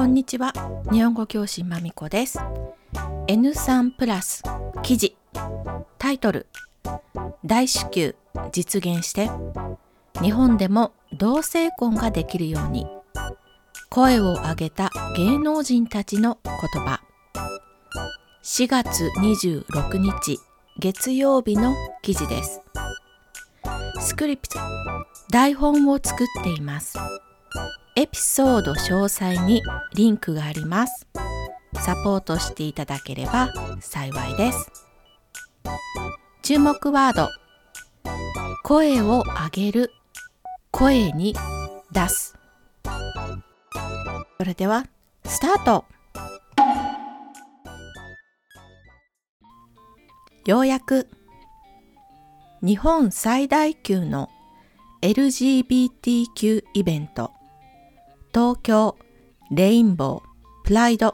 こんにちは。日本語教師まみこです。N3 プラス記事タイトル、大至急実現して日本でも同性婚ができるように、声を上げた芸能人たちの言葉。4月26日月曜日の記事です。スクリプト、台本を作っています。エピソード詳細にリンクがあります。サポートしていただければ幸いです。注目ワード、声を上げる、声に出す。それではスタート。ようやく日本最大級の LGBTQ イベント、東京レインボープライド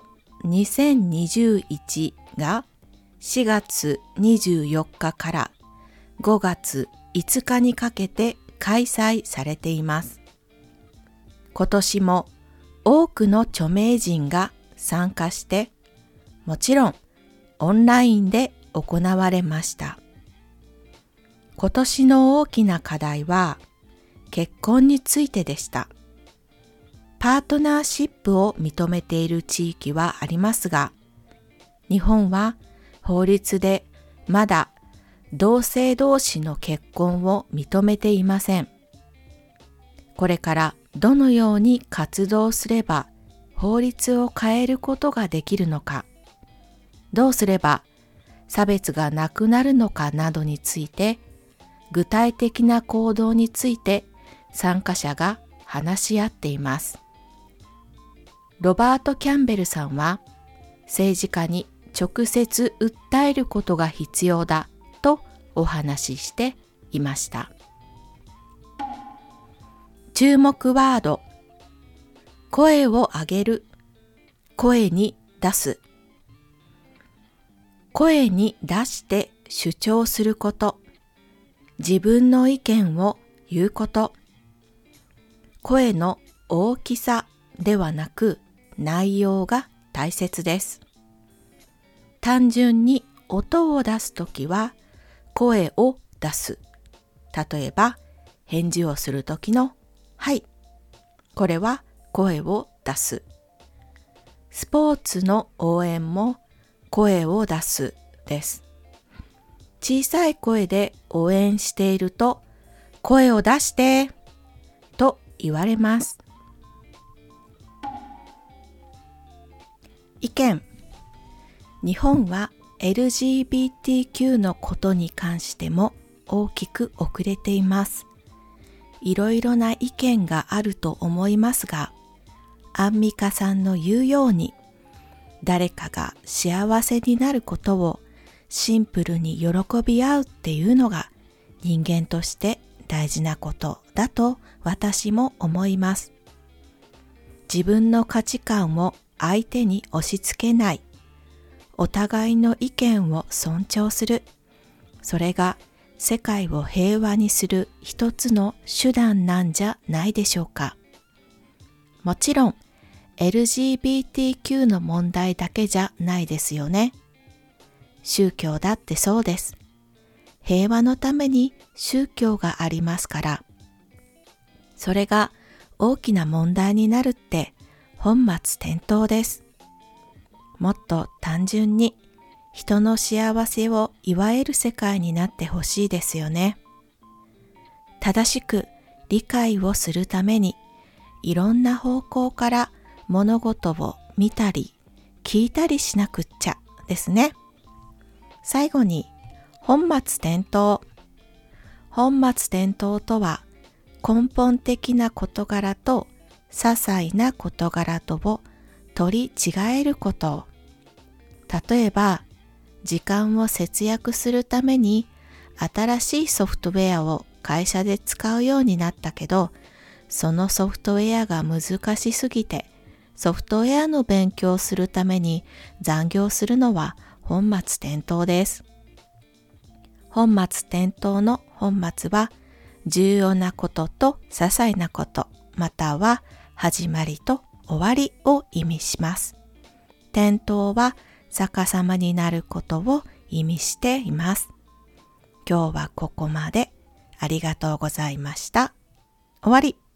2021が4月24日から5月5日にかけて開催されています。今年も多くの著名人が参加して、もちろんオンラインで行われました。今年の大きな課題は結婚についてでした。パートナーシップを認めている地域はありますが、日本は法律でまだ同性同士の結婚を認めていません。これからどのように活動すれば法律を変えることができるのか、どうすれば差別がなくなるのかなどについて、具体的な行動について参加者が話し合っています。ロバート・キャンベルさんは、政治家に直接訴えることが必要だとお話ししていました。注目ワード、声を上げる、声に出す。声に出して主張すること、自分の意見を言うこと。声の大きさではなく内容が大切です。単純に音を出すときは声を出す。例えば返事をするときのはい。これは声を出す。スポーツの応援も声を出すです。小さい声で応援していると声を出してと言われます。意見。日本は LGBTQ のことに関しても大きく遅れています。いろいろな意見があると思いますが、アンミカさんの言うように、誰かが幸せになることをシンプルに喜び合うっていうのが人間として大事なことだと私も思います。自分の価値観を相手に押し付けない。お互いの意見を尊重する。それが世界を平和にする一つの手段なんじゃないでしょうか。もちろん LGBTQ の問題だけじゃないですよね。宗教だってそうです。平和のために宗教がありますから。それが大きな問題になるって本末転倒です。もっと単純に人の幸せを祝える世界になってほしいですよね。正しく理解をするためにいろんな方向から物事を見たり聞いたりしなくっちゃですね。最後に本末転倒。本末転倒とは根本的な事柄と些細な事柄とを取り違えること。例えば、時間を節約するために新しいソフトウェアを会社で使うようになったけど、そのソフトウェアが難しすぎて、ソフトウェアの勉強をするために残業するのは本末転倒です。本末転倒の本末は、重要なことと些細なこと、または始まりと終わりを意味します。点灯は逆さまになることを意味しています。今日はここまで。ありがとうございました。終わり。